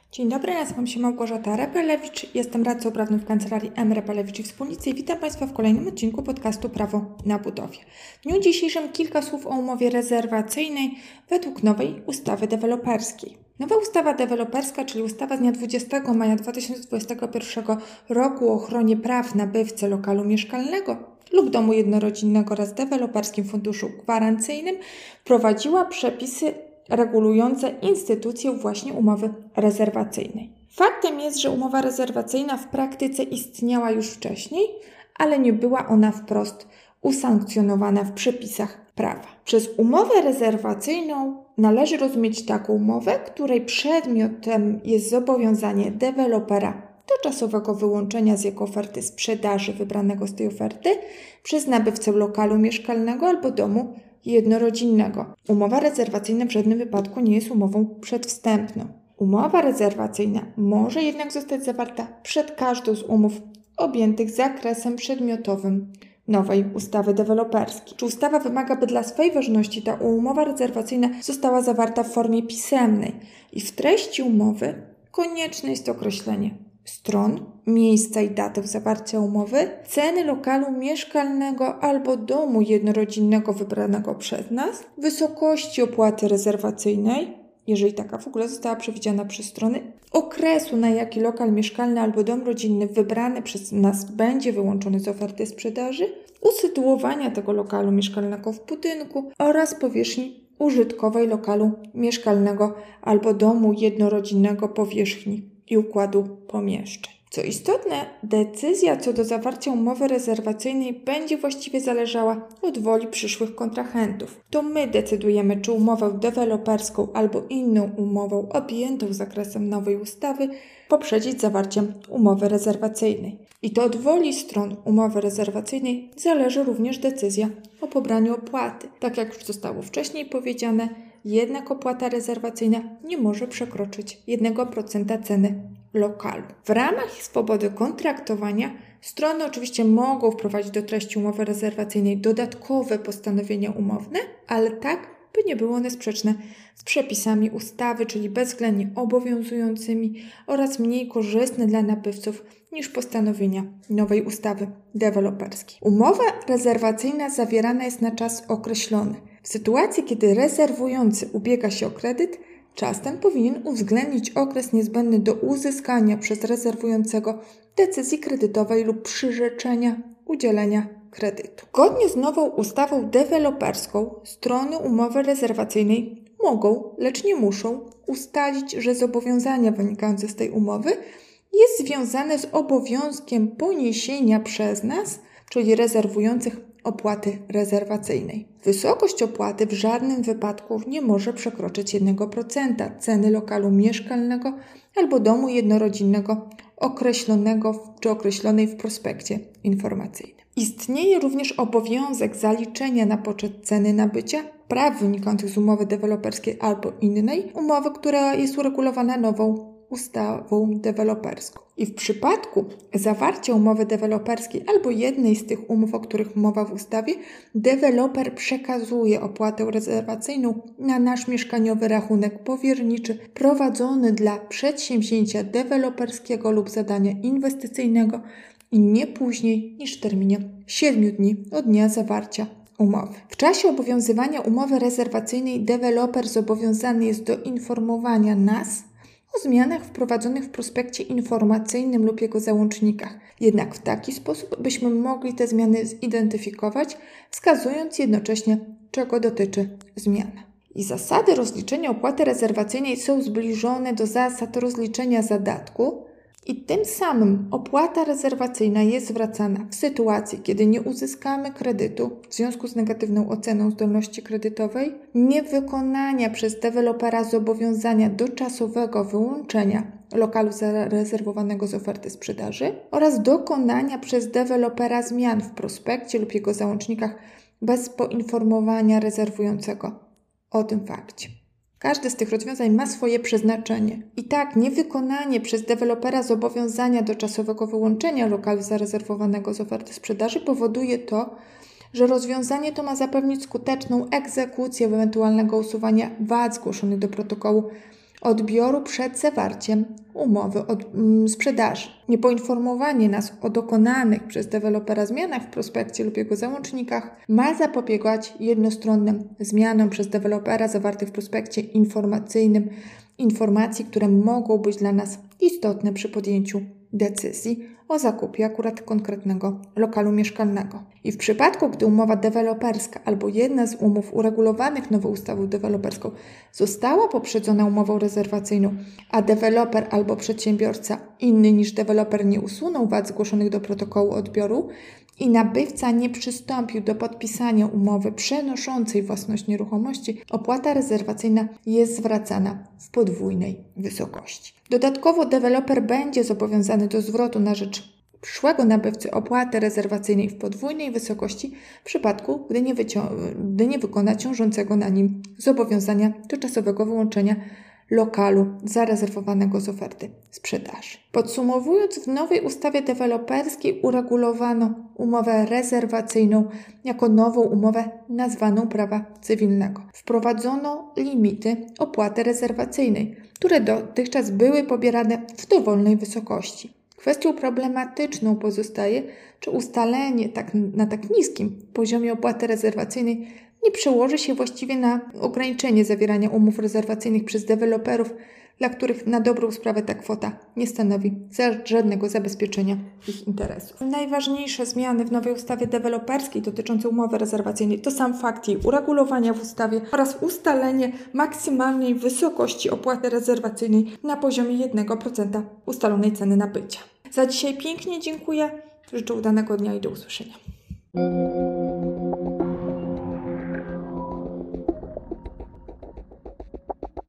Dzień dobry, nazywam się Małgorzata Repelewicz, jestem radcą prawnym w Kancelarii M. Repelewicz i Wspólnicy i witam Państwa w kolejnym odcinku podcastu Prawo na budowie. W dniu dzisiejszym kilka słów o umowie rezerwacyjnej według nowej ustawy deweloperskiej. Nowa ustawa deweloperska, czyli ustawa z dnia 20 maja 2021 roku o ochronie praw nabywcy lokalu mieszkalnego lub domu jednorodzinnego oraz deweloperskim funduszu gwarancyjnym, wprowadziła przepisy regulujące instytucję właśnie umowy rezerwacyjnej. Faktem jest, że umowa rezerwacyjna w praktyce istniała już wcześniej, ale nie była ona wprost usankcjonowana w przepisach prawa. Przez umowę rezerwacyjną należy rozumieć taką umowę, której przedmiotem jest zobowiązanie dewelopera do czasowego wyłączenia z jego oferty sprzedaży wybranego z tej oferty przez nabywcę lokalu mieszkalnego albo domu jednorodzinnego. Umowa rezerwacyjna w żadnym wypadku nie jest umową przedwstępną. Umowa rezerwacyjna może jednak zostać zawarta przed każdą z umów objętych zakresem przedmiotowym nowej ustawy deweloperskiej. Czy ustawa wymaga, by dla swej ważności ta umowa rezerwacyjna została zawarta w formie pisemnej i w treści umowy konieczne jest określenie stron, miejsca i daty zawarcia umowy, ceny lokalu mieszkalnego albo domu jednorodzinnego wybranego przez nas, wysokości opłaty rezerwacyjnej, jeżeli taka w ogóle została przewidziana przez strony, okresu, na jaki lokal mieszkalny albo dom rodzinny wybrany przez nas będzie wyłączony z oferty sprzedaży, usytuowania tego lokalu mieszkalnego w budynku oraz powierzchni użytkowej lokalu mieszkalnego albo domu jednorodzinnego, powierzchni i układu pomieszczeń. Co istotne, decyzja co do zawarcia umowy rezerwacyjnej będzie właściwie zależała od woli przyszłych kontrahentów. To my decydujemy, czy umowę deweloperską albo inną umową objętą zakresem nowej ustawy poprzedzić zawarciem umowy rezerwacyjnej. I to od woli stron umowy rezerwacyjnej zależy również decyzja o pobraniu opłaty. Tak jak już zostało wcześniej powiedziane, jednak opłata rezerwacyjna nie może przekroczyć 1% ceny lokalu. W ramach swobody kontraktowania strony oczywiście mogą wprowadzić do treści umowy rezerwacyjnej dodatkowe postanowienia umowne, ale tak, by nie były one sprzeczne z przepisami ustawy, czyli bezwzględnie obowiązującymi oraz mniej korzystne dla nabywców niż postanowienia nowej ustawy deweloperskiej. Umowa rezerwacyjna zawierana jest na czas określony. W sytuacji, kiedy rezerwujący ubiega się o kredyt, czas ten powinien uwzględnić okres niezbędny do uzyskania przez rezerwującego decyzji kredytowej lub przyrzeczenia udzielenia kredytu. Zgodnie z nową ustawą deweloperską strony umowy rezerwacyjnej mogą, lecz nie muszą ustalić, że zobowiązania wynikające z tej umowy jest związane z obowiązkiem poniesienia przez nas, czyli rezerwujących, opłaty rezerwacyjnej. Wysokość opłaty w żadnym wypadku nie może przekroczyć 1% ceny lokalu mieszkalnego albo domu jednorodzinnego określonego czy określonej w prospekcie informacyjnym. Istnieje również obowiązek zaliczenia na poczet ceny nabycia praw wynikających z umowy deweloperskiej albo innej umowy, która jest uregulowana nową ustawą deweloperską. I w przypadku zawarcia umowy deweloperskiej albo jednej z tych umów, o których mowa w ustawie, deweloper przekazuje opłatę rezerwacyjną na nasz mieszkaniowy rachunek powierniczy prowadzony dla przedsięwzięcia deweloperskiego lub zadania inwestycyjnego i nie później niż w terminie 7 dni od dnia zawarcia umowy. W czasie obowiązywania umowy rezerwacyjnej deweloper zobowiązany jest do informowania nas o zmianach wprowadzonych w prospekcie informacyjnym lub jego załącznikach. Jednak w taki sposób, byśmy mogli te zmiany zidentyfikować, wskazując jednocześnie, czego dotyczy zmiana. I zasady rozliczenia opłaty rezerwacyjnej są zbliżone do zasad rozliczenia zadatku i tym samym opłata rezerwacyjna jest zwracana w sytuacji, kiedy nie uzyskamy kredytu w związku z negatywną oceną zdolności kredytowej, niewykonania przez dewelopera zobowiązania do czasowego wyłączenia lokalu zarezerwowanego z oferty sprzedaży oraz dokonania przez dewelopera zmian w prospekcie lub jego załącznikach bez poinformowania rezerwującego o tym fakcie. Każde z tych rozwiązań ma swoje przeznaczenie. I tak niewykonanie przez dewelopera zobowiązania do czasowego wyłączenia lokalu zarezerwowanego z oferty sprzedaży powoduje to, że rozwiązanie to ma zapewnić skuteczną egzekucję ewentualnego usuwania wad zgłoszonych do protokołu odbioru przed zawarciem umowy sprzedaży. Niepoinformowanie nas o dokonanych przez dewelopera zmianach w prospekcie lub jego załącznikach ma zapobiegać jednostronnym zmianom przez dewelopera zawartych w prospekcie informacyjnym informacji, które mogą być dla nas istotne przy podjęciu decyzji o zakupie akurat konkretnego lokalu mieszkalnego. I w przypadku, gdy umowa deweloperska albo jedna z umów uregulowanych nową ustawą deweloperską została poprzedzona umową rezerwacyjną, a deweloper albo przedsiębiorca inny niż deweloper nie usunął wad zgłoszonych do protokołu odbioru i nabywca nie przystąpił do podpisania umowy przenoszącej własność nieruchomości, opłata rezerwacyjna jest zwracana w podwójnej wysokości. Dodatkowo deweloper będzie zobowiązany do zwrotu na rzecz przyszłego nabywcy opłaty rezerwacyjnej w podwójnej wysokości w przypadku, gdy nie wykona ciążącego na nim zobowiązania do czasowego wyłączenia lokalu zarezerwowanego z oferty sprzedaży. Podsumowując, w nowej ustawie deweloperskiej uregulowano umowę rezerwacyjną jako nową umowę nazwaną prawa cywilnego. Wprowadzono limity opłaty rezerwacyjnej, które dotychczas były pobierane w dowolnej wysokości. Kwestią problematyczną pozostaje, czy ustalenie na tak niskim poziomie opłaty rezerwacyjnej nie przełoży się właściwie na ograniczenie zawierania umów rezerwacyjnych przez deweloperów, dla których na dobrą sprawę ta kwota nie stanowi żadnego zabezpieczenia ich interesów. Najważniejsze zmiany w nowej ustawie deweloperskiej dotyczące umowy rezerwacyjnej to sam fakt jej uregulowania w ustawie oraz ustalenie maksymalnej wysokości opłaty rezerwacyjnej na poziomie 1% ustalonej ceny nabycia. Za dzisiaj pięknie dziękuję, życzę udanego dnia i do usłyszenia.